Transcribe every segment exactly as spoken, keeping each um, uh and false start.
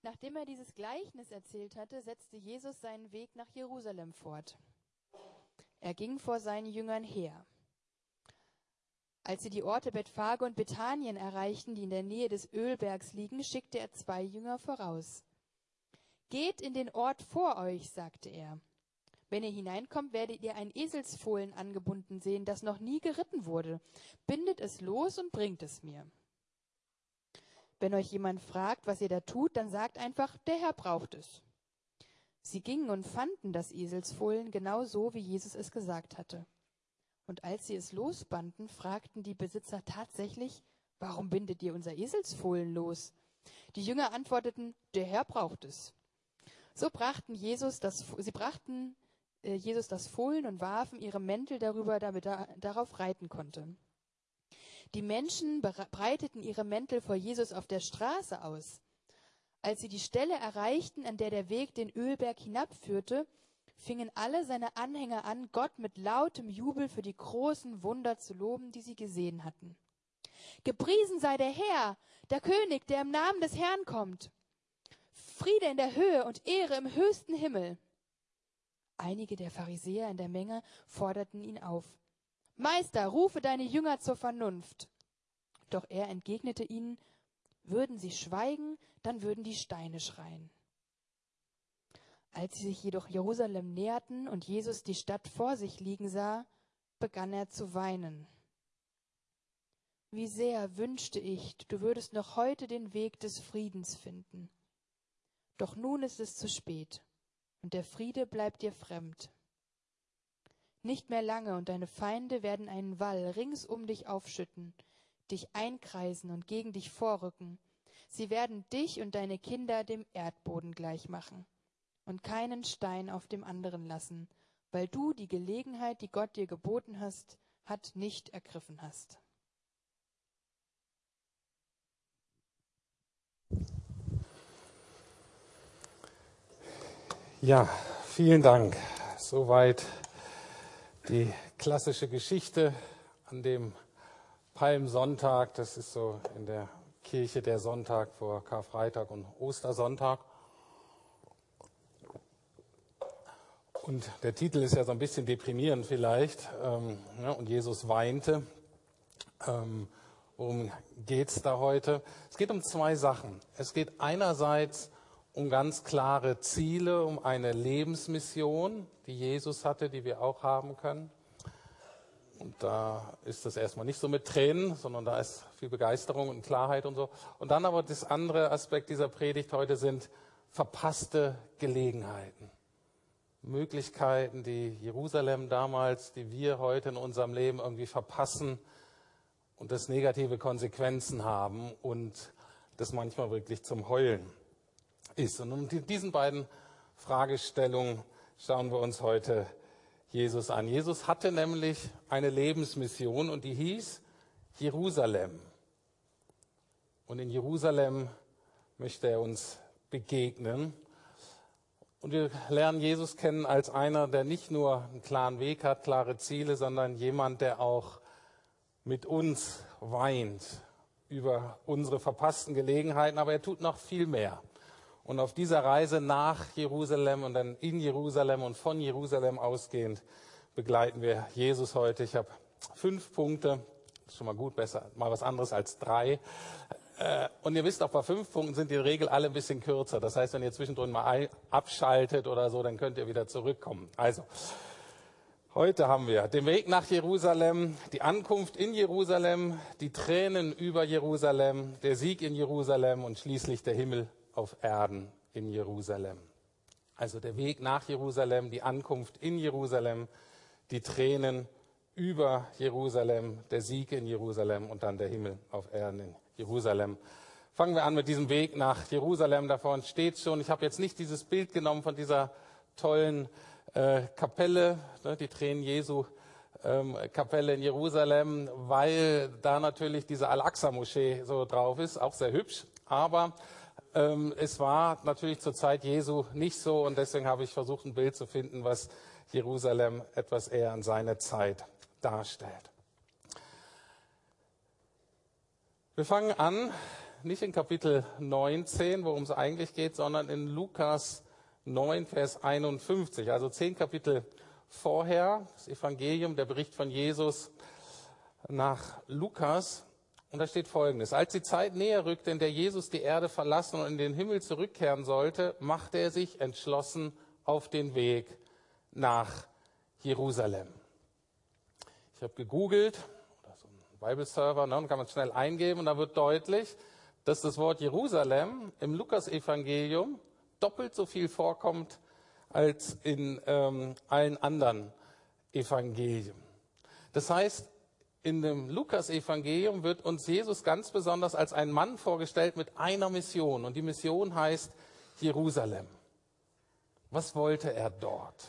Nachdem er dieses Gleichnis erzählt hatte, setzte Jesus seinen Weg nach Jerusalem fort. Er ging vor seinen Jüngern her. Als sie die Orte Bethphage und Bethanien erreichten, die in der Nähe des Ölbergs liegen, schickte er zwei Jünger voraus. »Geht in den Ort vor euch«, sagte er. »Wenn ihr hineinkommt, werdet ihr ein Eselsfohlen angebunden sehen, das noch nie geritten wurde. Bindet es los und bringt es mir. Wenn euch jemand fragt, was ihr da tut, dann sagt einfach, der Herr braucht es.« Sie gingen und fanden das Eselsfohlen genau so, wie Jesus es gesagt hatte. Und als sie es losbanden, fragten die Besitzer tatsächlich, »Warum bindet ihr unser Eselsfohlen los?« Die Jünger antworteten, »Der Herr braucht es.« So brachten Jesus das, sie brachten äh, Jesus das Fohlen und warfen ihre Mäntel darüber, damit er darauf reiten konnte. Die Menschen breiteten ihre Mäntel vor Jesus auf der Straße aus. Als sie die Stelle erreichten, an der der Weg den Ölberg hinabführte, fingen alle seine Anhänger an, Gott mit lautem Jubel für die großen Wunder zu loben, die sie gesehen hatten. »Gepriesen sei der Herr, der König, der im Namen des Herrn kommt! Friede in der Höhe und Ehre im höchsten Himmel!« Einige der Pharisäer in der Menge forderten ihn auf. »Meister, rufe deine Jünger zur Vernunft!« Doch er entgegnete ihnen, würden sie schweigen, dann würden die Steine schreien. Als sie sich jedoch Jerusalem näherten und Jesus die Stadt vor sich liegen sah, begann er zu weinen. »Wie sehr wünschte ich, du würdest noch heute den Weg des Friedens finden. Doch nun ist es zu spät, und der Friede bleibt dir fremd. Nicht mehr lange, und deine Feinde werden einen Wall rings um dich aufschütten, dich einkreisen und gegen dich vorrücken. Sie werden dich und deine Kinder dem Erdboden gleich machen und keinen Stein auf dem anderen lassen, weil du die Gelegenheit, die Gott dir geboten hast, hat, nicht ergriffen hast.« Ja, vielen Dank. Soweit die klassische Geschichte an dem Palmsonntag. Das ist so in der Kirche der Sonntag vor Karfreitag und Ostersonntag. Und der Titel ist ja so ein bisschen deprimierend vielleicht. Ähm, ja, und Jesus weinte. Ähm, worum geht es da heute? Es geht um zwei Sachen. Es geht einerseits um ganz klare Ziele, um eine Lebensmission, die Jesus hatte, die wir auch haben können. Und da ist das erstmal nicht so mit Tränen, sondern da ist viel Begeisterung und Klarheit und so. Und dann aber das andere Aspekt dieser Predigt heute sind verpasste Gelegenheiten. Möglichkeiten, die Jerusalem damals, die wir heute in unserem Leben irgendwie verpassen und das negative Konsequenzen haben und das manchmal wirklich zum Heulen ist. Und in diesen beiden Fragestellungen schauen wir uns heute Jesus an. Jesus hatte nämlich eine Lebensmission und die hieß Jerusalem. Und in Jerusalem möchte er uns begegnen. Und wir lernen Jesus kennen als einer, der nicht nur einen klaren Weg hat, klare Ziele, sondern jemand, der auch mit uns weint über unsere verpassten Gelegenheiten. Aber er tut noch viel mehr. Und auf dieser Reise nach Jerusalem und dann in Jerusalem und von Jerusalem ausgehend begleiten wir Jesus heute. Ich habe fünf Punkte, das ist schon mal gut, besser mal was anderes als drei. Und ihr wisst auch, bei fünf Punkten sind die in der Regel alle ein bisschen kürzer. Das heißt, wenn ihr zwischendrin mal abschaltet oder so, dann könnt ihr wieder zurückkommen. Also, heute haben wir den Weg nach Jerusalem, die Ankunft in Jerusalem, die Tränen über Jerusalem, der Sieg in Jerusalem und schließlich der Himmel auf Erden in Jerusalem. Also der Weg nach Jerusalem, die Ankunft in Jerusalem, die Tränen über Jerusalem, der Sieg in Jerusalem und dann der Himmel auf Erden in Jerusalem. Fangen wir an mit diesem Weg nach Jerusalem. Da vorne steht schon, ich habe jetzt nicht dieses Bild genommen von dieser tollen äh, Kapelle, ne, die Tränen Jesu, ähm, Kapelle in Jerusalem, weil da natürlich diese Al-Aqsa-Moschee so drauf ist, auch sehr hübsch, aber ähm, es war natürlich zur Zeit Jesu nicht so und deswegen habe ich versucht, ein Bild zu finden, was Jerusalem etwas eher an seine Zeit darstellt. Wir fangen an nicht in Kapitel neunzehn, worum es eigentlich geht, sondern in Lukas neun, Vers einundfünfzig, also zehn Kapitel vorher, das Evangelium, der Bericht von Jesus nach Lukas. Und da steht Folgendes: Als die Zeit näher rückte, in der Jesus die Erde verlassen und in den Himmel zurückkehren sollte, machte er sich entschlossen auf den Weg nach Jerusalem. Ich habe gegoogelt, oder so ein Bible-Server, ne, und kann man schnell eingeben, und da wird deutlich, dass das Wort Jerusalem im Lukas-Evangelium doppelt so viel vorkommt als in ähm, allen anderen Evangelien. Das heißt, in dem Lukas-Evangelium wird uns Jesus ganz besonders als ein Mann vorgestellt mit einer Mission. Und die Mission heißt Jerusalem. Was wollte er dort?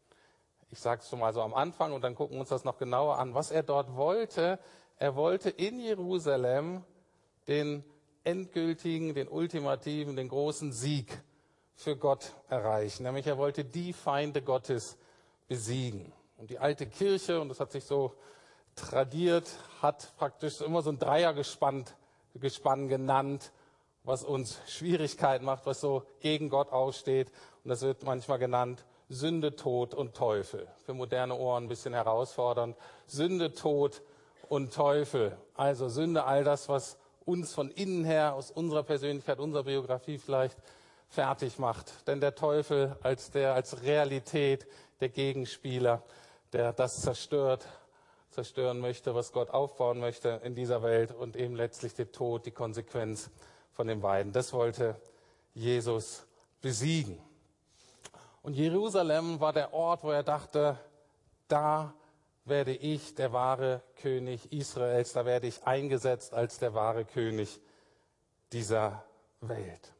Ich sage es schon mal so am Anfang und dann gucken wir uns das noch genauer an. Was er dort wollte, er wollte in Jerusalem den endgültigen, den ultimativen, den großen Sieg für Gott erreichen. Nämlich er wollte die Feinde Gottes besiegen. Und die alte Kirche, und das hat sich so tradiert, hat praktisch immer so ein Dreiergespann Gespann genannt, was uns Schwierigkeiten macht, was so gegen Gott aussteht. Und das wird manchmal genannt Sünde, Tod und Teufel. Für moderne Ohren ein bisschen herausfordernd. Sünde, Tod und Teufel. Also Sünde, all das, was uns von innen her, aus unserer Persönlichkeit, unserer Biografie vielleicht fertig macht. Denn der Teufel als der, als Realität, der Gegenspieler, der das zerstört, zerstören möchte, was Gott aufbauen möchte in dieser Welt, und eben letztlich den Tod, die Konsequenz von den beiden. Das wollte Jesus besiegen. Und Jerusalem war der Ort, wo er dachte, da werde ich der wahre König Israels, da werde ich eingesetzt als der wahre König dieser Welt.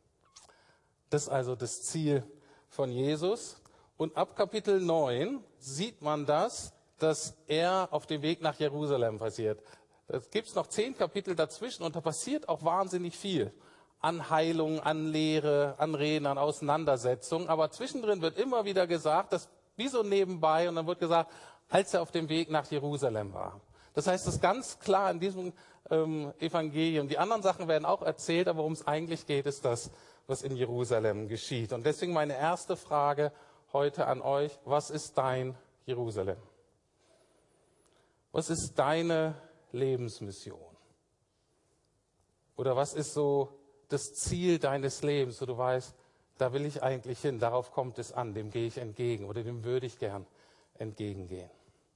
Das ist also das Ziel von Jesus. Und ab Kapitel neun sieht man das, dass er auf dem Weg nach Jerusalem passiert. Es gibt noch zehn Kapitel dazwischen und da passiert auch wahnsinnig viel. An Heilung, an Lehre, an Reden, an Auseinandersetzungen. Aber zwischendrin wird immer wieder gesagt, dass wie so nebenbei, und dann wird gesagt, als er auf dem Weg nach Jerusalem war. Das heißt, es ist ganz klar in diesem ähm, Evangelium. Die anderen Sachen werden auch erzählt, aber worum es eigentlich geht, ist das, was in Jerusalem geschieht. Und deswegen meine erste Frage heute an euch: Was ist dein Jerusalem? Was ist deine Lebensmission? Oder was ist so das Ziel deines Lebens, wo du weißt, da will ich eigentlich hin, darauf kommt es an, dem gehe ich entgegen oder dem würde ich gern entgegengehen.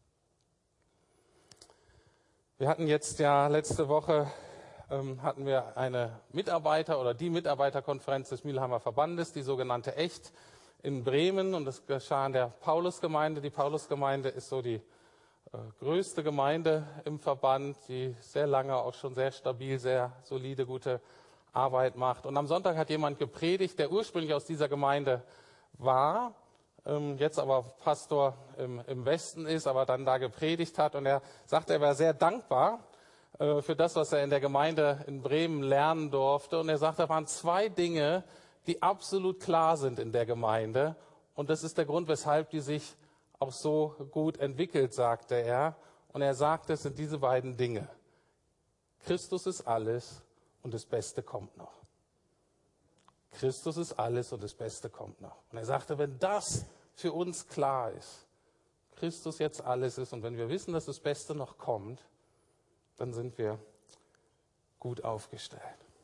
Wir hatten jetzt ja letzte Woche ähm, hatten wir eine Mitarbeiter- oder die Mitarbeiterkonferenz des Mülheimer Verbandes, die sogenannte ECHT in Bremen, und das geschah in der Paulusgemeinde. Die Paulusgemeinde ist so die äh, größte Gemeinde im Verband, die sehr lange auch schon sehr stabil, sehr solide, gute Arbeit macht. Und am Sonntag hat jemand gepredigt, der ursprünglich aus dieser Gemeinde war, ähm, jetzt aber Pastor im, im Westen ist, aber dann da gepredigt hat. Und er sagte, er war sehr dankbar äh, für das, was er in der Gemeinde in Bremen lernen durfte. Und er sagte, da waren zwei Dinge, die absolut klar sind in der Gemeinde. Und das ist der Grund, weshalb die sich auch so gut entwickelt, sagte er. Und er sagte, es sind diese beiden Dinge. Christus ist alles und das Beste kommt noch. Christus ist alles und das Beste kommt noch. Und er sagte, wenn das für uns klar ist, Christus jetzt alles ist, und wenn wir wissen, dass das Beste noch kommt, dann sind wir gut aufgestellt.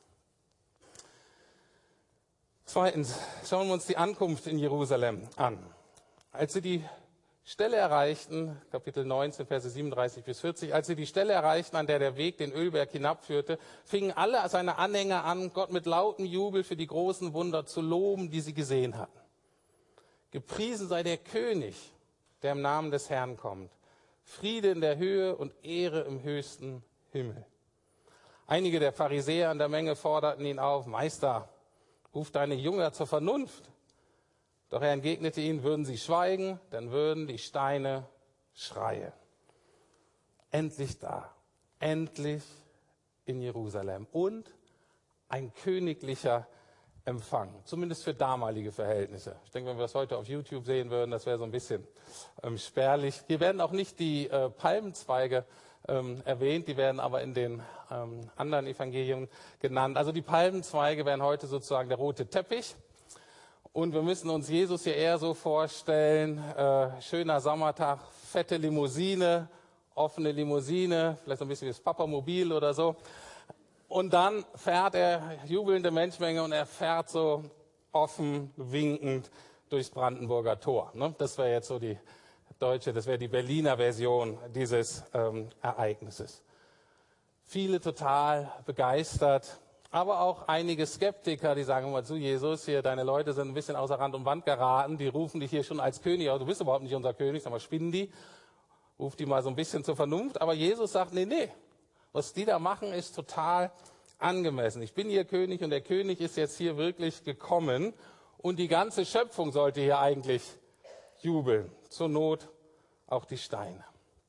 Zweitens, schauen wir uns die Ankunft in Jerusalem an. Als sie die Stelle erreichten, Kapitel neunzehn, Verse siebenunddreißig bis vierzig, als sie die Stelle erreichten, an der der Weg den Ölberg hinabführte, fingen alle seine Anhänger an, Gott mit lautem Jubel für die großen Wunder zu loben, die sie gesehen hatten. Gepriesen sei der König, der im Namen des Herrn kommt. Friede in der Höhe und Ehre im höchsten Himmel. Einige der Pharisäer in der Menge forderten ihn auf: Meister, ruf deine Jünger zur Vernunft. Doch er entgegnete ihnen, würden sie schweigen, dann würden die Steine schreien. Endlich da, endlich in Jerusalem. Und ein königlicher Empfang, zumindest für damalige Verhältnisse. Ich denke, wenn wir das heute auf YouTube sehen würden, das wäre so ein bisschen ähm, spärlich. Hier werden auch nicht die äh, Palmenzweige ähm, erwähnt, die werden aber in den ähm, anderen Evangelien genannt. Also die Palmenzweige wären heute sozusagen der rote Teppich. Und wir müssen uns Jesus hier eher so vorstellen, äh, schöner Sommertag, fette Limousine, offene Limousine, vielleicht so ein bisschen wie das Papamobil oder so. Und dann fährt er, jubelnde Menschenmenge, und er fährt so offen, winkend durchs Brandenburger Tor. Ne? Das wäre jetzt so die deutsche, das wäre die Berliner Version dieses ähm, Ereignisses. Viele total begeistert, aber auch einige Skeptiker, die sagen immer zu Jesus, hier, deine Leute sind ein bisschen außer Rand und Band geraten, die rufen dich hier schon als König, aber du bist überhaupt nicht unser König, sag mal, spinnen die, ruf die mal so ein bisschen zur Vernunft. Aber Jesus sagt, nee, nee, was die da machen, ist total angemessen. Ich bin ihr König und der König ist jetzt hier wirklich gekommen und die ganze Schöpfung sollte hier eigentlich jubeln. Zur Not auch die Steine.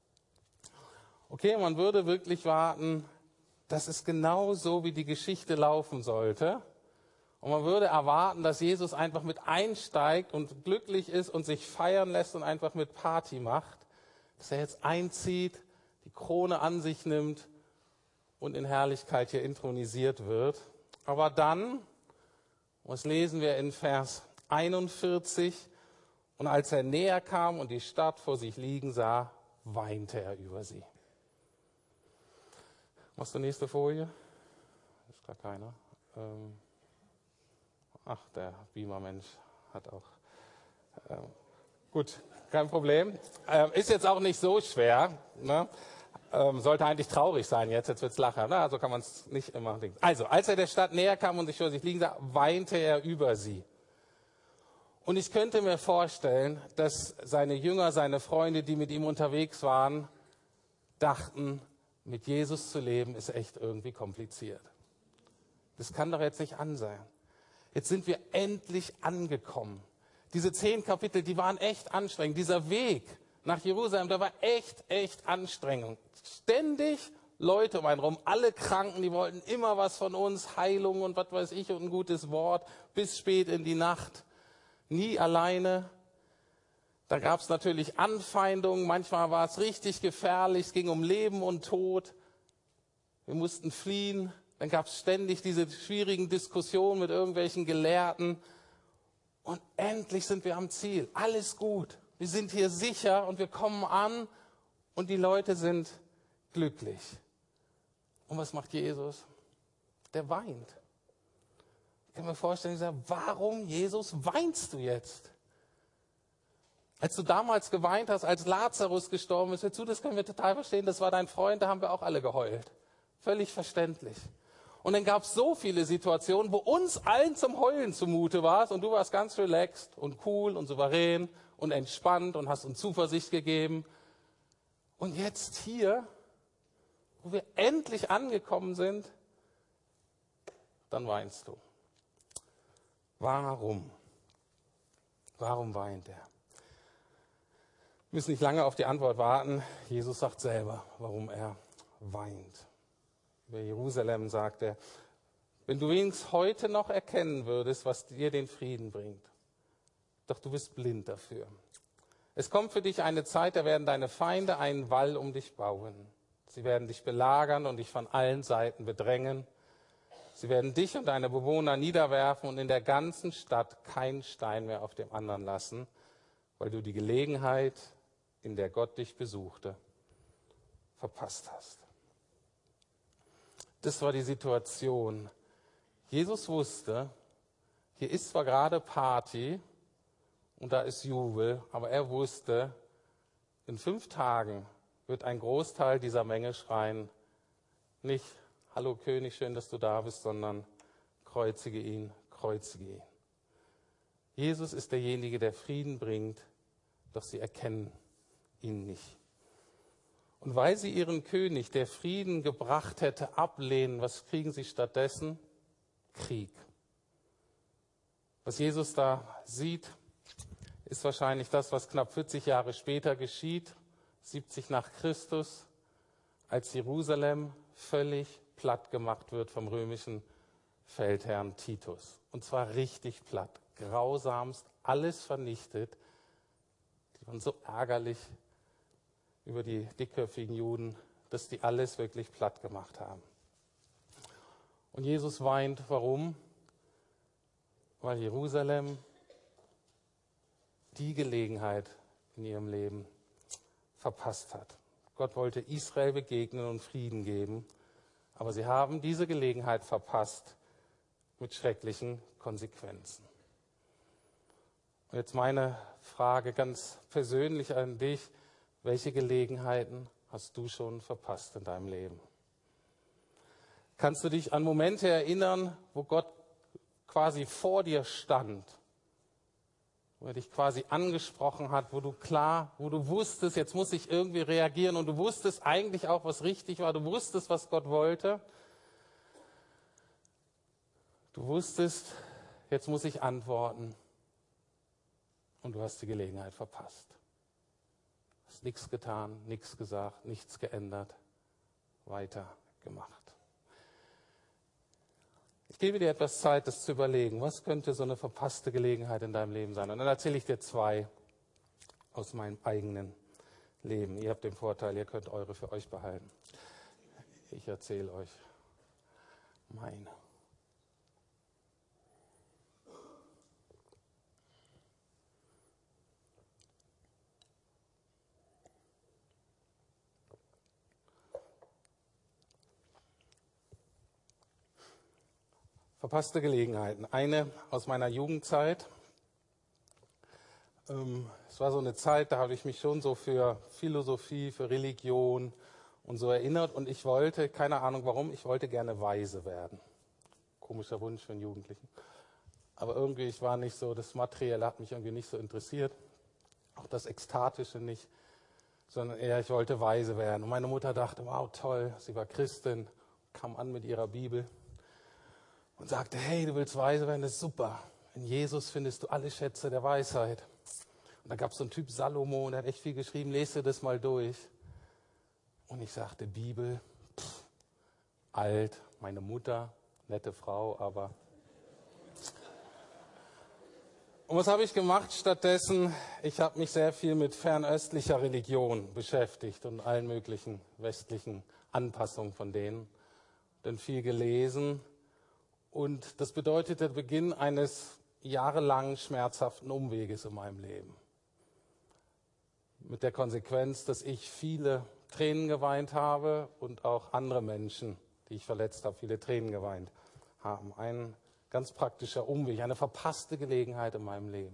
Okay, man würde wirklich warten, das ist genau so, wie die Geschichte laufen sollte. Und man würde erwarten, dass Jesus einfach mit einsteigt und glücklich ist und sich feiern lässt und einfach mit Party macht. Dass er jetzt einzieht, die Krone an sich nimmt und in Herrlichkeit hier intronisiert wird. Aber dann, was lesen wir in Vers einundvierzig, und als er näher kam und die Stadt vor sich liegen sah, weinte er über sie. Machst du nächste Folie? Ist gar keiner. Ähm Ach, der Beamer-Mensch hat auch. Ähm gut, kein Problem. Ähm, ist jetzt auch nicht so schwer. Ne? Ähm, sollte eigentlich traurig sein jetzt, jetzt wird's lachen. Na, also kann man es nicht immer denken. Also, als er der Stadt näher kam und sich vor sich liegen sah, weinte er über sie. Und ich könnte mir vorstellen, dass seine Jünger, seine Freunde, die mit ihm unterwegs waren, dachten, mit Jesus zu leben ist echt irgendwie kompliziert. Das kann doch jetzt nicht an sein. Jetzt sind wir endlich angekommen. Diese zehn Kapitel, die waren echt anstrengend. Dieser Weg nach Jerusalem, der war echt, echt anstrengend. Ständig Leute um einen rum, alle Kranken, die wollten immer was von uns, Heilung und was weiß ich und ein gutes Wort, bis spät in die Nacht. Nie alleine. Da gab es natürlich Anfeindungen, manchmal war es richtig gefährlich, es ging um Leben und Tod. Wir mussten fliehen. Dann gab es ständig diese schwierigen Diskussionen mit irgendwelchen Gelehrten. Und endlich sind wir am Ziel. Alles gut. Wir sind hier sicher und wir kommen an und die Leute sind glücklich. Und was macht Jesus? Der weint. Ich kann mir vorstellen, ich sage, warum, Jesus, weinst du jetzt? Als du damals geweint hast, als Lazarus gestorben ist, hör zu, das können wir total verstehen, das war dein Freund, da haben wir auch alle geheult. Völlig verständlich. Und dann gab es so viele Situationen, wo uns allen zum Heulen zumute war und du warst ganz relaxed und cool und souverän und entspannt und hast uns Zuversicht gegeben. Und jetzt hier, wo wir endlich angekommen sind, dann weinst du. Warum? Warum weint er? Wir müssen nicht lange auf die Antwort warten. Jesus sagt selber, warum er weint. Über Jerusalem sagt er, wenn du wenigstens heute noch erkennen würdest, was dir den Frieden bringt. Doch du bist blind dafür. Es kommt für dich eine Zeit, da werden deine Feinde einen Wall um dich bauen. Sie werden dich belagern und dich von allen Seiten bedrängen. Sie werden dich und deine Bewohner niederwerfen und in der ganzen Stadt keinen Stein mehr auf dem anderen lassen, weil du die Gelegenheit, in der Gott dich besuchte, verpasst hast. Das war die Situation. Jesus wusste, hier ist zwar gerade Party und da ist Jubel, aber er wusste, in fünf Tagen wird ein Großteil dieser Menge schreien, nicht Hallo König, schön, dass du da bist, sondern kreuzige ihn, kreuzige ihn. Jesus ist derjenige, der Frieden bringt, doch sie erkennen ihn nicht. Und weil sie ihren König, der Frieden gebracht hätte, ablehnen, was kriegen sie stattdessen? Krieg. Was Jesus da sieht, ist wahrscheinlich das, was knapp vierzig Jahre später geschieht, siebzig nach Christus, als Jerusalem völlig platt gemacht wird vom römischen Feldherrn Titus. Und zwar richtig platt, grausamst, alles vernichtet. Die waren so ärgerlich über die dickköpfigen Juden, dass die alles wirklich platt gemacht haben. Und Jesus weint, warum? Weil Jerusalem die Gelegenheit in ihrem Leben verpasst hat. Gott wollte Israel begegnen und Frieden geben, aber sie haben diese Gelegenheit verpasst mit schrecklichen Konsequenzen. Und jetzt meine Frage ganz persönlich an dich: Welche Gelegenheiten hast du schon verpasst in deinem Leben? Kannst du dich an Momente erinnern, wo Gott quasi vor dir stand, wo er dich quasi angesprochen hat, wo du klar, wo du wusstest, jetzt muss ich irgendwie reagieren und du wusstest eigentlich auch, was richtig war, du wusstest, was Gott wollte. Du wusstest, jetzt muss ich antworten und du hast die Gelegenheit verpasst. Du hast nichts getan, nichts gesagt, nichts geändert, weitergemacht. Ich gebe dir etwas Zeit, das zu überlegen. Was könnte so eine verpasste Gelegenheit in deinem Leben sein? Und dann erzähle ich dir zwei aus meinem eigenen Leben. Ihr habt den Vorteil, ihr könnt eure für euch behalten. Ich erzähle euch meine. Verpasste Gelegenheiten. Eine aus meiner Jugendzeit. Ähm, es war so eine Zeit, da habe ich mich schon so für Philosophie, für Religion und so erinnert. Und ich wollte, keine Ahnung warum, ich wollte gerne weise werden. Komischer Wunsch für einen Jugendlichen. Aber irgendwie, ich war nicht so, das Materielle hat mich irgendwie nicht so interessiert. Auch das Ekstatische nicht. Sondern eher, ich wollte weise werden. Und meine Mutter dachte, wow, toll, sie war Christin, kam an mit ihrer Bibel und sagte, hey, du willst weise werden, das ist super. In Jesus findest du alle Schätze der Weisheit. Und da gab es so einen Typ Salomo, der hat echt viel geschrieben, lest dir das mal durch. Und ich sagte, Bibel, pff, alt, meine Mutter, nette Frau, aber... Und was habe ich gemacht stattdessen? Ich habe mich sehr viel mit fernöstlicher Religion beschäftigt und allen möglichen westlichen Anpassungen von denen. Dann viel gelesen. Und das bedeutete der Beginn eines jahrelang schmerzhaften Umweges in meinem Leben. Mit der Konsequenz, dass ich viele Tränen geweint habe und auch andere Menschen, die ich verletzt habe, viele Tränen geweint haben. Ein ganz praktischer Umweg, eine verpasste Gelegenheit in meinem Leben.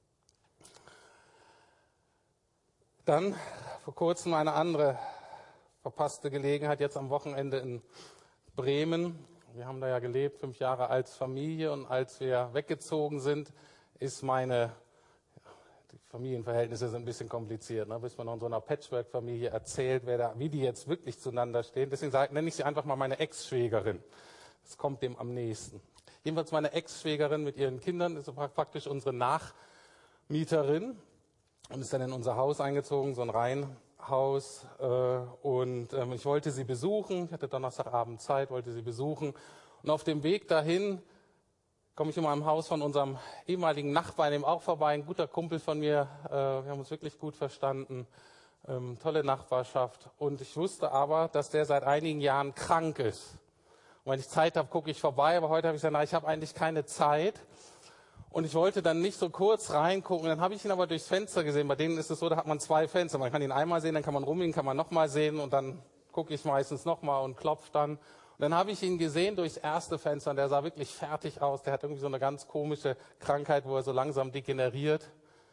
Dann vor kurzem eine andere verpasste Gelegenheit, jetzt am Wochenende in Bremen. Wir haben da ja gelebt, fünf Jahre als Familie, und als wir weggezogen sind, ist meine, die Familienverhältnisse sind ein bisschen kompliziert, ne? Bis man noch in so einer Patchwork-Familie erzählt, wer da, wie die jetzt wirklich zueinander stehen. Deswegen sage, nenne ich sie einfach mal meine Ex-Schwägerin. Das kommt dem am nächsten. Jedenfalls meine Ex-Schwägerin mit ihren Kindern ist praktisch unsere Nachmieterin und ist dann in unser Haus eingezogen, so ein Reihenhaus. Und ich wollte sie besuchen, ich hatte Donnerstagabend Zeit, wollte sie besuchen. Und auf dem Weg dahin komme ich immer am Haus von unserem ehemaligen Nachbarn eben auch vorbei, ein guter Kumpel von mir. Wir haben uns wirklich gut verstanden, tolle Nachbarschaft. Und ich wusste aber, dass der seit einigen Jahren krank ist. Und wenn ich Zeit habe, gucke ich vorbei, aber heute habe ich gesagt, na, ich habe eigentlich keine Zeit. Und ich wollte dann nicht so kurz reingucken. Dann habe ich ihn aber durchs Fenster gesehen. Bei denen ist es so, da hat man zwei Fenster. Man kann ihn einmal sehen, dann kann man rumgehen, kann man nochmal sehen und dann gucke ich meistens nochmal und klopfe dann. Und dann habe ich ihn gesehen durchs erste Fenster und der sah wirklich fertig aus. Der hat irgendwie so eine ganz komische Krankheit, wo er so langsam degeneriert.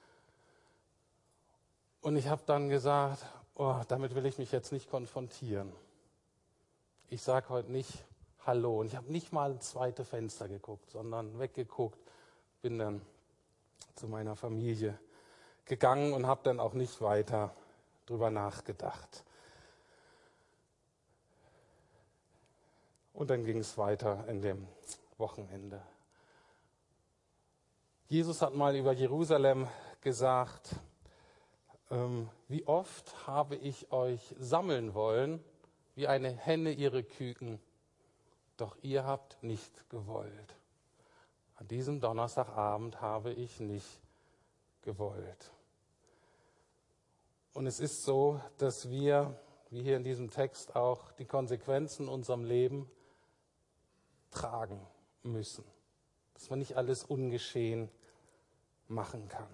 Und ich habe dann gesagt, oh, damit will ich mich jetzt nicht konfrontieren. Ich sage heute nicht Hallo. Und ich habe nicht mal ins zweite Fenster geguckt, sondern weggeguckt. Bin dann zu meiner Familie gegangen und habe dann auch nicht weiter drüber nachgedacht. Und dann ging es weiter in dem Wochenende. Jesus hat mal über Jerusalem gesagt, ähm, wie oft habe ich euch sammeln wollen, wie eine Henne ihre Küken, doch ihr habt nicht gewollt. An diesem Donnerstagabend habe ich nicht gewollt. Und es ist so, dass wir wie hier in diesem Text auch, die Konsequenzen in unserem Leben tragen müssen. Dass man nicht alles ungeschehen machen kann.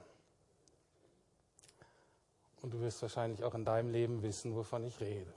Und du wirst wahrscheinlich auch in deinem Leben wissen, wovon ich rede.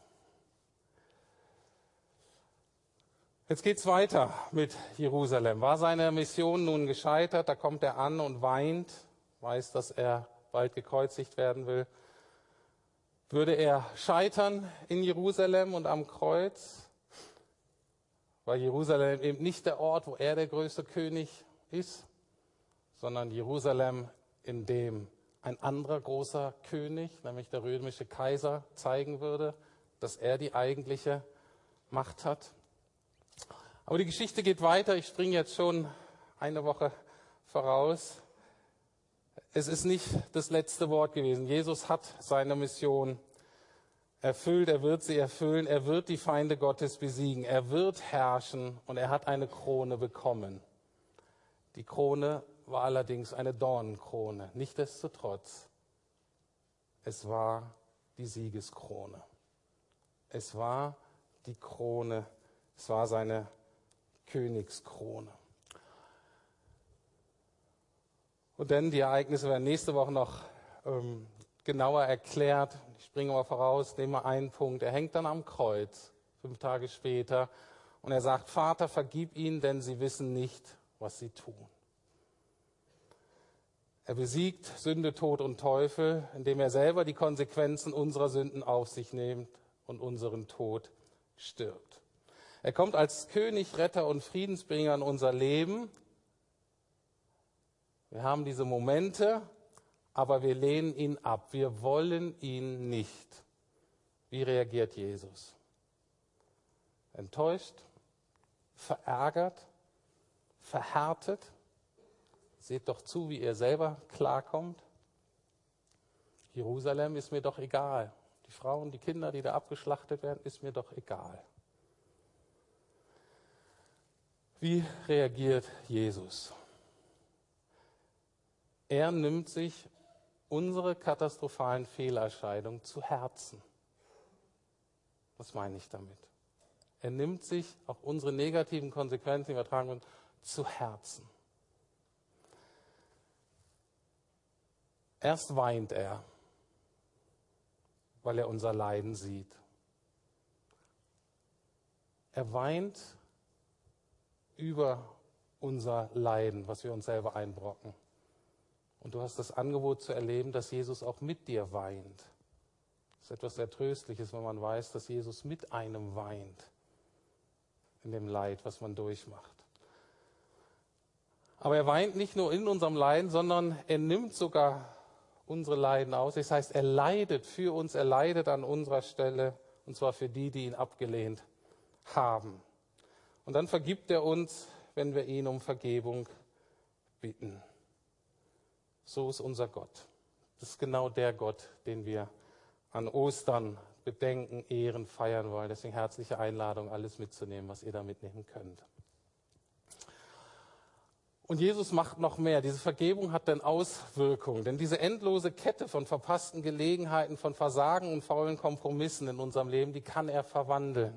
Jetzt geht's weiter mit Jerusalem. War seine Mission nun gescheitert? Da kommt er an und weint, weiß, dass er bald gekreuzigt werden will. Würde er scheitern in Jerusalem und am Kreuz? War Jerusalem eben nicht der Ort, wo er der größte König ist, sondern Jerusalem, in dem ein anderer großer König, nämlich der römische Kaiser, zeigen würde, dass er die eigentliche Macht hat. Aber die Geschichte geht weiter. Ich springe jetzt schon eine Woche voraus. Es ist nicht das letzte Wort gewesen. Jesus hat seine Mission erfüllt. Er wird sie erfüllen. Er wird die Feinde Gottes besiegen. Er wird herrschen und er hat eine Krone bekommen. Die Krone war allerdings eine Dornenkrone. Nichtsdestotrotz, es war die Siegeskrone. Es war die Krone, es war seine Königskrone. Und dann, die Ereignisse werden nächste Woche noch ähm, genauer erklärt. Ich springe mal voraus, nehme mal einen Punkt. Er hängt dann am Kreuz, fünf Tage später, und er sagt, Vater, vergib ihnen, denn sie wissen nicht, was sie tun. Er besiegt Sünde, Tod und Teufel, indem er selber die Konsequenzen unserer Sünden auf sich nimmt und unseren Tod stirbt. Er kommt als König, Retter und Friedensbringer in unser Leben. Wir haben diese Momente, aber wir lehnen ihn ab. Wir wollen ihn nicht. Wie reagiert Jesus? Enttäuscht, verärgert, verhärtet. Seht doch zu, wie ihr selber klarkommt. Jerusalem ist mir doch egal. Die Frauen, die Kinder, die da abgeschlachtet werden, ist mir doch egal. Wie reagiert Jesus? Er nimmt sich unsere katastrophalen Fehlerscheidungen zu Herzen. Was meine ich damit? Er nimmt sich auch unsere negativen Konsequenzen, die wir tragen wollen, zu Herzen. Erst weint er, weil er unser Leiden sieht. Er weint über unser Leiden, was wir uns selber einbrocken. Und du hast das Angebot zu erleben, dass Jesus auch mit dir weint. Das ist etwas sehr Tröstliches, wenn man weiß, dass Jesus mit einem weint in dem Leid, was man durchmacht. Aber er weint nicht nur in unserem Leiden, sondern er nimmt sogar unsere Leiden aus. Das heißt, er leidet für uns, er leidet an unserer Stelle, und zwar für die, die ihn abgelehnt haben. Und dann vergibt er uns, wenn wir ihn um Vergebung bitten. So ist unser Gott. Das ist genau der Gott, den wir an Ostern bedenken, ehren, feiern wollen. Deswegen herzliche Einladung, alles mitzunehmen, was ihr da mitnehmen könnt. Und Jesus macht noch mehr. Diese Vergebung hat dann Auswirkungen. Denn diese endlose Kette von verpassten Gelegenheiten, von Versagen und faulen Kompromissen in unserem Leben, die kann er verwandeln.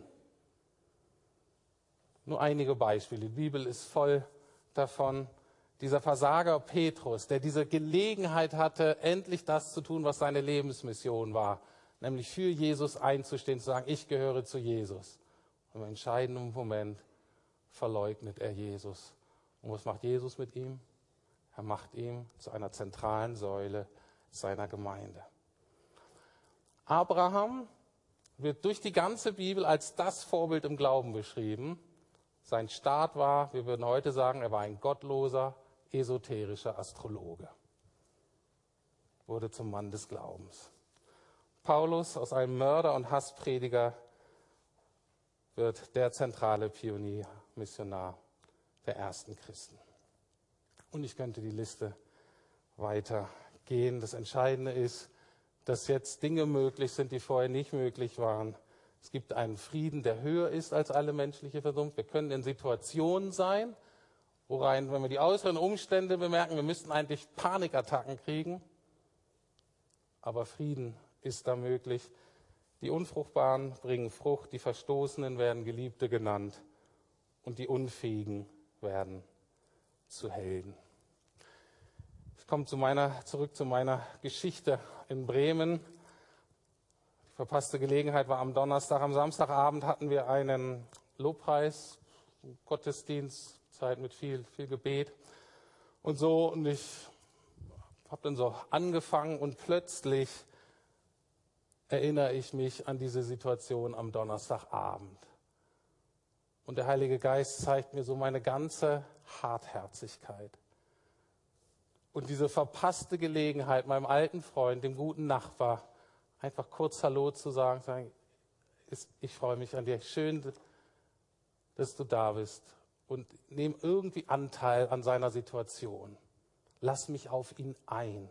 Nur einige Beispiele. Die Bibel ist voll davon. Dieser Versager Petrus, der diese Gelegenheit hatte, endlich das zu tun, was seine Lebensmission war. Nämlich für Jesus einzustehen, zu sagen, ich gehöre zu Jesus. Und im entscheidenden Moment verleugnet er Jesus. Und was macht Jesus mit ihm? Er macht ihn zu einer zentralen Säule seiner Gemeinde. Abraham wird durch die ganze Bibel als das Vorbild im Glauben beschrieben. Sein Start war, wir würden heute sagen, er war ein gottloser, esoterischer Astrologe. Wurde zum Mann des Glaubens. Paulus, aus einem Mörder und Hassprediger, wird der zentrale Pionier, Missionar der ersten Christen. Und ich könnte die Liste weitergehen. Das Entscheidende ist, dass jetzt Dinge möglich sind, die vorher nicht möglich waren. Es gibt einen Frieden, der höher ist als alle menschliche Vernunft. Wir können in Situationen sein, worein, wenn wir die äußeren Umstände bemerken, wir müssten eigentlich Panikattacken kriegen. Aber Frieden ist da möglich, Die Unfruchtbaren bringen Frucht, die Verstoßenen werden Geliebte genannt und die Unfähigen werden zu Helden. Ich komme zu meiner, zurück zu meiner Geschichte in Bremen. Die verpasste Gelegenheit war am Donnerstag. Am Samstagabend hatten wir einen Lobpreis, Gottesdienst, Zeit mit viel, viel Gebet und so. Und ich habe dann so angefangen und plötzlich erinnere ich mich an diese Situation am Donnerstagabend. Und der Heilige Geist zeigt mir so meine ganze Hartherzigkeit. Und diese verpasste Gelegenheit, meinem alten Freund, dem guten Nachbar, einfach kurz Hallo zu sagen, sagen, ich freue mich an dir, schön, dass du da bist. Und nehme irgendwie Anteil an seiner Situation. Lass mich auf ihn ein.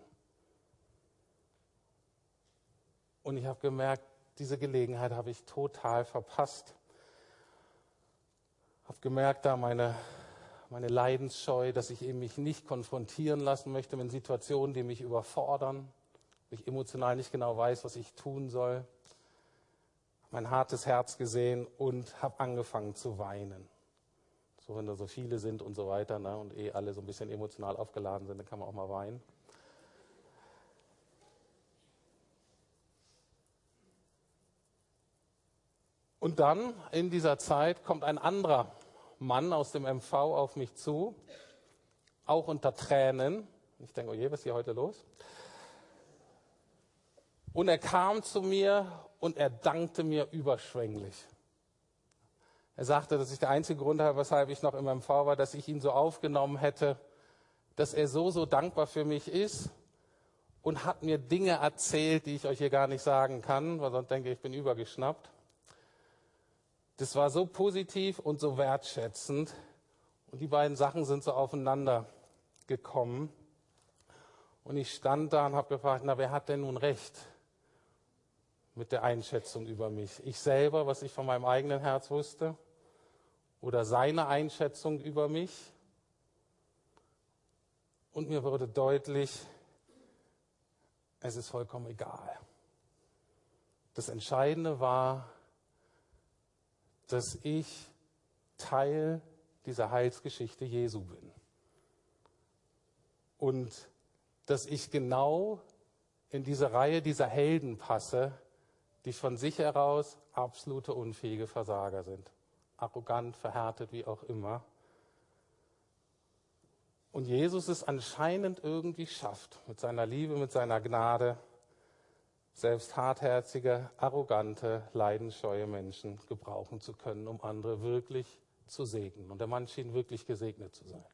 Und ich habe gemerkt, diese Gelegenheit habe ich total verpasst. Ich habe gemerkt, da meine, meine Leidensscheu, dass ich eben mich nicht konfrontieren lassen möchte mit Situationen, die mich überfordern, wo ich emotional nicht genau weiß, was ich tun soll. Mein hartes Herz gesehen und habe angefangen zu weinen. So, wenn da so viele sind und so weiter, ne, und eh alle so ein bisschen emotional aufgeladen sind, dann kann man auch mal weinen. Und dann in dieser Zeit kommt ein anderer Mann aus dem M V auf mich zu, auch unter Tränen. Ich denke, oh je, was ist hier heute los? Und er kam zu mir und er dankte mir überschwänglich. Er sagte, dass ich der einzige Grund habe, weshalb ich noch im M V war, dass ich ihn so aufgenommen hätte, dass er so, so dankbar für mich ist und hat mir Dinge erzählt, die ich euch hier gar nicht sagen kann, weil sonst denke ich, ich bin übergeschnappt. Das war so positiv und so wertschätzend und die beiden Sachen sind so aufeinander gekommen. Und ich stand da und habe gefragt, na, wer hat denn nun recht mit der Einschätzung über mich? Ich selber, was ich von meinem eigenen Herz wusste, oder seine Einschätzung über mich? Und mir wurde deutlich, es ist vollkommen egal. Das Entscheidende war, dass ich Teil dieser Heilsgeschichte Jesu bin. Und dass ich genau in diese Reihe dieser Helden passe, die von sich heraus absolute unfähige Versager sind. Arrogant, verhärtet, wie auch immer. Und Jesus es anscheinend irgendwie schafft, mit seiner Liebe, mit seiner Gnade, selbst hartherzige, arrogante, leidensscheue Menschen gebrauchen zu können, um andere wirklich zu segnen. Und der Mann schien wirklich gesegnet zu sein.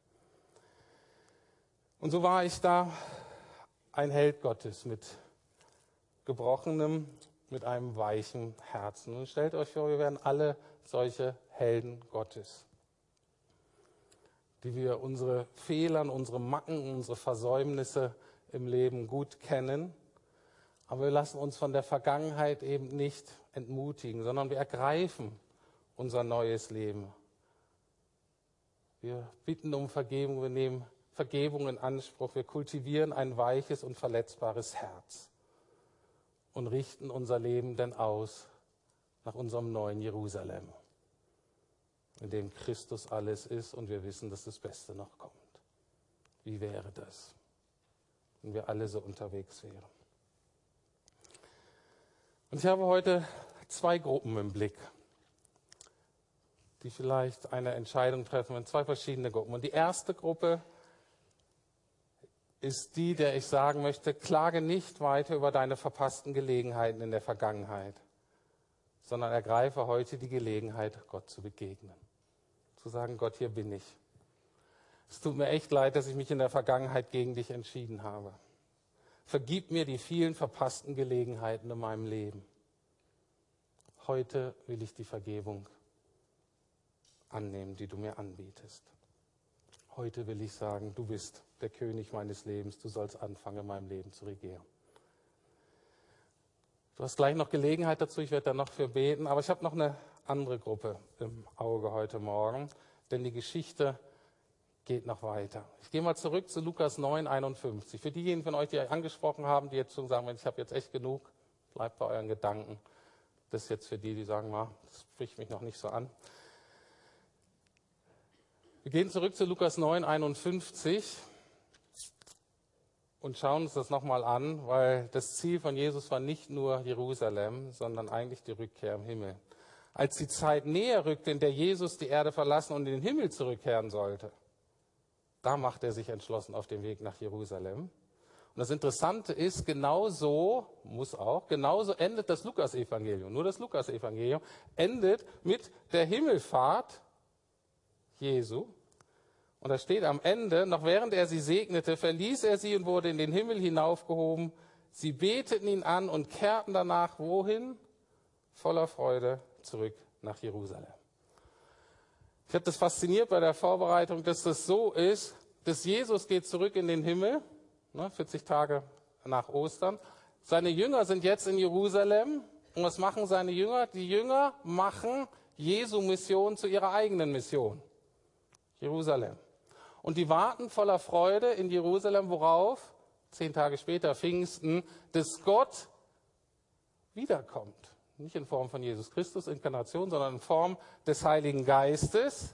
Und so war ich da, ein Held Gottes mit gebrochenem, mit einem weichen Herzen. Und stellt euch vor, wir werden alle solche Helden Gottes, die wir unsere Fehler, unsere Macken, unsere Versäumnisse im Leben gut kennen. Aber wir lassen uns von der Vergangenheit eben nicht entmutigen, sondern wir ergreifen unser neues Leben. Wir bitten um Vergebung, wir nehmen Vergebung in Anspruch, wir kultivieren ein weiches und verletzbares Herz und richten unser Leben denn aus nach unserem neuen Jerusalem, in dem Christus alles ist und wir wissen, dass das Beste noch kommt. Wie wäre das, wenn wir alle so unterwegs wären? Und ich habe heute zwei Gruppen im Blick, die vielleicht eine Entscheidung treffen in zwei verschiedene Gruppen. Und die erste Gruppe ist die, der ich sagen möchte, klage nicht weiter über deine verpassten Gelegenheiten in der Vergangenheit, sondern ergreife heute die Gelegenheit, Gott zu begegnen. Zu sagen, Gott, hier bin ich. Es tut mir echt leid, dass ich mich in der Vergangenheit gegen dich entschieden habe. Vergib mir die vielen verpassten Gelegenheiten in meinem Leben. Heute will ich die Vergebung annehmen, die du mir anbietest. Heute will ich sagen, du bist der König meines Lebens, du sollst anfangen, in meinem Leben zu regieren. Du hast gleich noch Gelegenheit dazu, ich werde da noch für beten, aber ich habe noch eine andere Gruppe im Auge heute Morgen, denn die Geschichte geht noch weiter. Ich gehe mal zurück zu Lukas neun, einundfünfzig. Für diejenigen von euch, die euch angesprochen haben, die jetzt schon sagen, ich habe jetzt echt genug, bleibt bei euren Gedanken. Das ist jetzt für die, die sagen, na, das spricht mich noch nicht so an. Wir gehen zurück zu Lukas neun, einundfünfzig und schauen uns das nochmal an, weil das Ziel von Jesus war nicht nur Jerusalem, sondern eigentlich die Rückkehr im Himmel. Als die Zeit näher rückte, in der Jesus die Erde verlassen und in den Himmel zurückkehren sollte, da macht er sich entschlossen auf den Weg nach Jerusalem. Und das Interessante ist, genauso, muss auch, genauso endet das Lukas-Evangelium. Nur das Lukas-Evangelium endet mit der Himmelfahrt Jesu. Und da steht am Ende, noch während er sie segnete, verließ er sie und wurde in den Himmel hinaufgehoben. Sie beteten ihn an und kehrten danach wohin? Voller Freude zurück nach Jerusalem. Ich habe das fasziniert bei der Vorbereitung, dass das so ist, dass Jesus geht zurück in den Himmel, vierzig Tage nach Ostern. Seine Jünger sind jetzt in Jerusalem. Und was machen seine Jünger? Die Jünger machen Jesu Mission zu ihrer eigenen Mission. Jerusalem. Und die warten voller Freude in Jerusalem, worauf? Zehn Tage später, Pfingsten, dass Gott wiederkommt. Nicht in Form von Jesus Christus, Inkarnation, sondern in Form des Heiligen Geistes.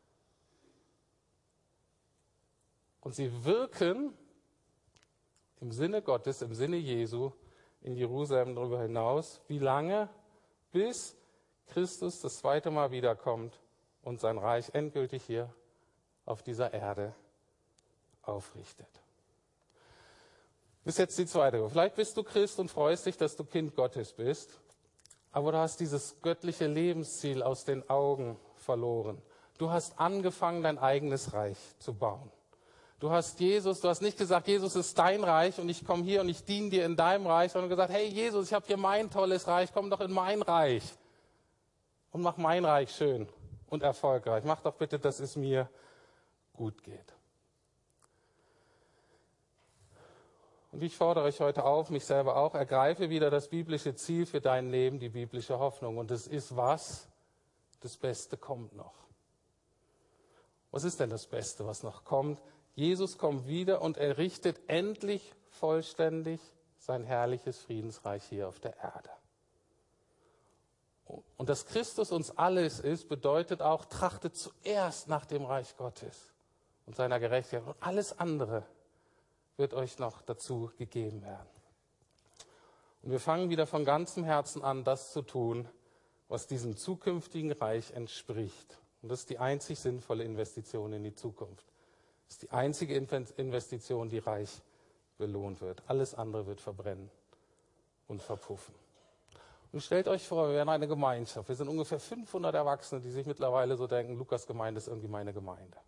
Und sie wirken im Sinne Gottes, im Sinne Jesu, in Jerusalem darüber hinaus. Wie lange? Bis Christus das zweite Mal wiederkommt und sein Reich endgültig hier auf dieser Erde aufrichtet. Das ist jetzt die zweite Gruppe. Vielleicht bist du Christ und freust dich, dass du Kind Gottes bist, aber du hast dieses göttliche Lebensziel aus den Augen verloren. Du hast angefangen, dein eigenes Reich zu bauen. Du hast Jesus, du hast nicht gesagt, Jesus ist dein Reich und ich komme hier und ich diene dir in deinem Reich, sondern gesagt, hey Jesus, ich habe hier mein tolles Reich, komm doch in mein Reich und mach mein Reich schön und erfolgreich. Mach doch bitte, dass es mir gut geht. Und ich fordere euch heute auf, mich selber auch, ergreife wieder das biblische Ziel für dein Leben, die biblische Hoffnung. Und es ist was? Das Beste kommt noch. Was ist denn das Beste, was noch kommt? Jesus kommt wieder und errichtet endlich vollständig sein herrliches Friedensreich hier auf der Erde. Und dass Christus uns alles ist, bedeutet auch, trachtet zuerst nach dem Reich Gottes und seiner Gerechtigkeit. Und alles andere wird euch noch dazu gegeben werden. Und wir fangen wieder von ganzem Herzen an, das zu tun, was diesem zukünftigen Reich entspricht. Und das ist die einzig sinnvolle Investition in die Zukunft. Das ist die einzige Investition, die reich belohnt wird. Alles andere wird verbrennen und verpuffen. Und stellt euch vor, wir wären eine Gemeinschaft. Wir sind ungefähr fünfhundert Erwachsene, die sich mittlerweile so denken, Lukas Gemeinde ist irgendwie meine Gemeinde.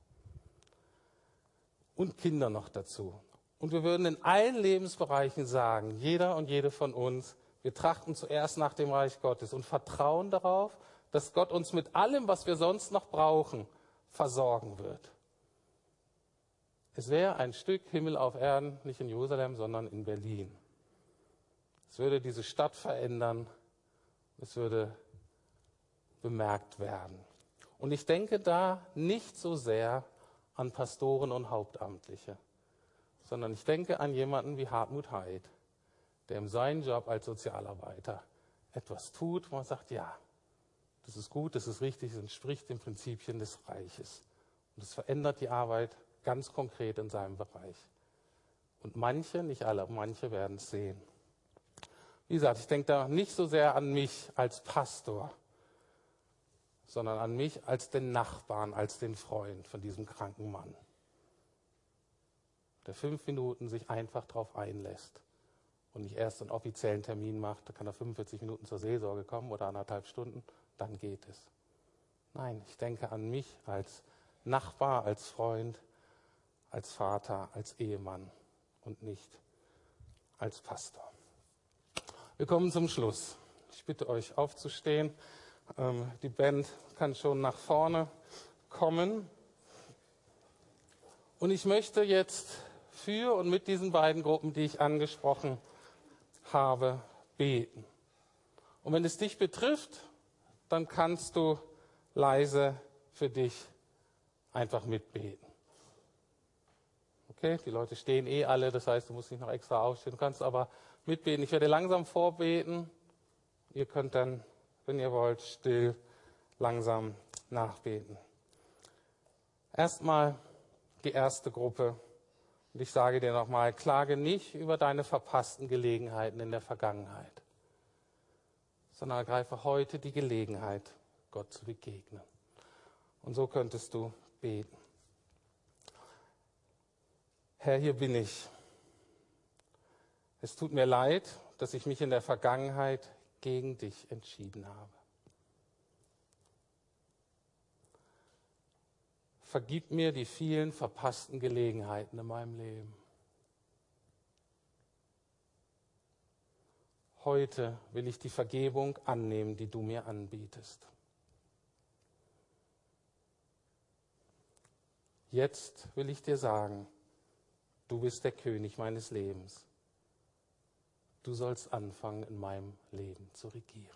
Und Kinder noch dazu. Und wir würden in allen Lebensbereichen sagen, jeder und jede von uns, wir trachten zuerst nach dem Reich Gottes und vertrauen darauf, dass Gott uns mit allem, was wir sonst noch brauchen, versorgen wird. Es wäre ein Stück Himmel auf Erden, nicht in Jerusalem, sondern in Berlin. Es würde diese Stadt verändern, es würde bemerkt werden. Und ich denke da nicht so sehr an Pastoren und Hauptamtliche, sondern ich denke an jemanden wie Hartmut Heid, der in seinem Job als Sozialarbeiter etwas tut, wo man sagt, ja, das ist gut, das ist richtig, es entspricht den Prinzipien des Reiches. Und es verändert die Arbeit ganz konkret in seinem Bereich. Und manche, nicht alle, manche werden es sehen. Wie gesagt, ich denke da nicht so sehr an mich als Pastor, sondern an mich als den Nachbarn, als den Freund von diesem kranken Mann, der fünf Minuten sich einfach darauf einlässt und nicht erst einen offiziellen Termin macht, da kann er fünfundvierzig Minuten zur Seelsorge kommen oder anderthalb Stunden, dann geht es. Nein, ich denke an mich als Nachbar, als Freund, als Vater, als Ehemann und nicht als Pastor. Wir kommen zum Schluss. Ich bitte euch aufzustehen. Ähm, die Band kann schon nach vorne kommen. Und ich möchte jetzt für und mit diesen beiden Gruppen, die ich angesprochen habe, beten. Und wenn es dich betrifft, dann kannst du leise für dich einfach mitbeten. Okay, die Leute stehen eh alle, das heißt, du musst nicht noch extra aufstehen, du kannst aber mitbeten. Ich werde langsam vorbeten, ihr könnt dann wenn ihr wollt, still, langsam nachbeten. Erstmal die erste Gruppe. Und ich sage dir nochmal, klage nicht über deine verpassten Gelegenheiten in der Vergangenheit, sondern ergreife heute die Gelegenheit, Gott zu begegnen. Und so könntest du beten. Herr, hier bin ich. Es tut mir leid, dass ich mich in der Vergangenheit gegen dich entschieden habe. Vergib mir die vielen verpassten Gelegenheiten in meinem Leben. Heute will ich die Vergebung annehmen, die du mir anbietest. Jetzt will ich dir sagen, du bist der König meines Lebens. Du sollst anfangen, in meinem Leben zu regieren.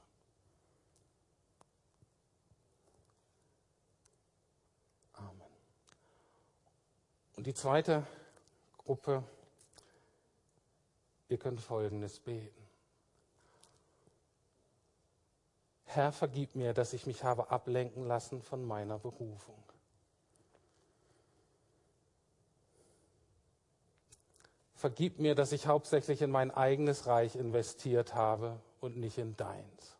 Amen. Und die zweite Gruppe, ihr könnt Folgendes beten. Herr, vergib mir, dass ich mich habe ablenken lassen von meiner Berufung. Vergib mir, dass ich hauptsächlich in mein eigenes Reich investiert habe und nicht in deins.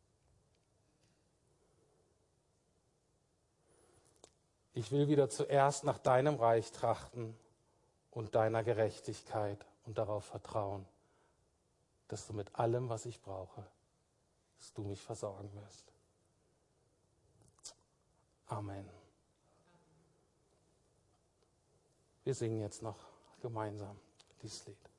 Ich will wieder zuerst nach deinem Reich trachten und deiner Gerechtigkeit und darauf vertrauen, dass du mit allem, was ich brauche, dass du mich versorgen wirst. Amen. Wir singen jetzt noch gemeinsam dieses Lied.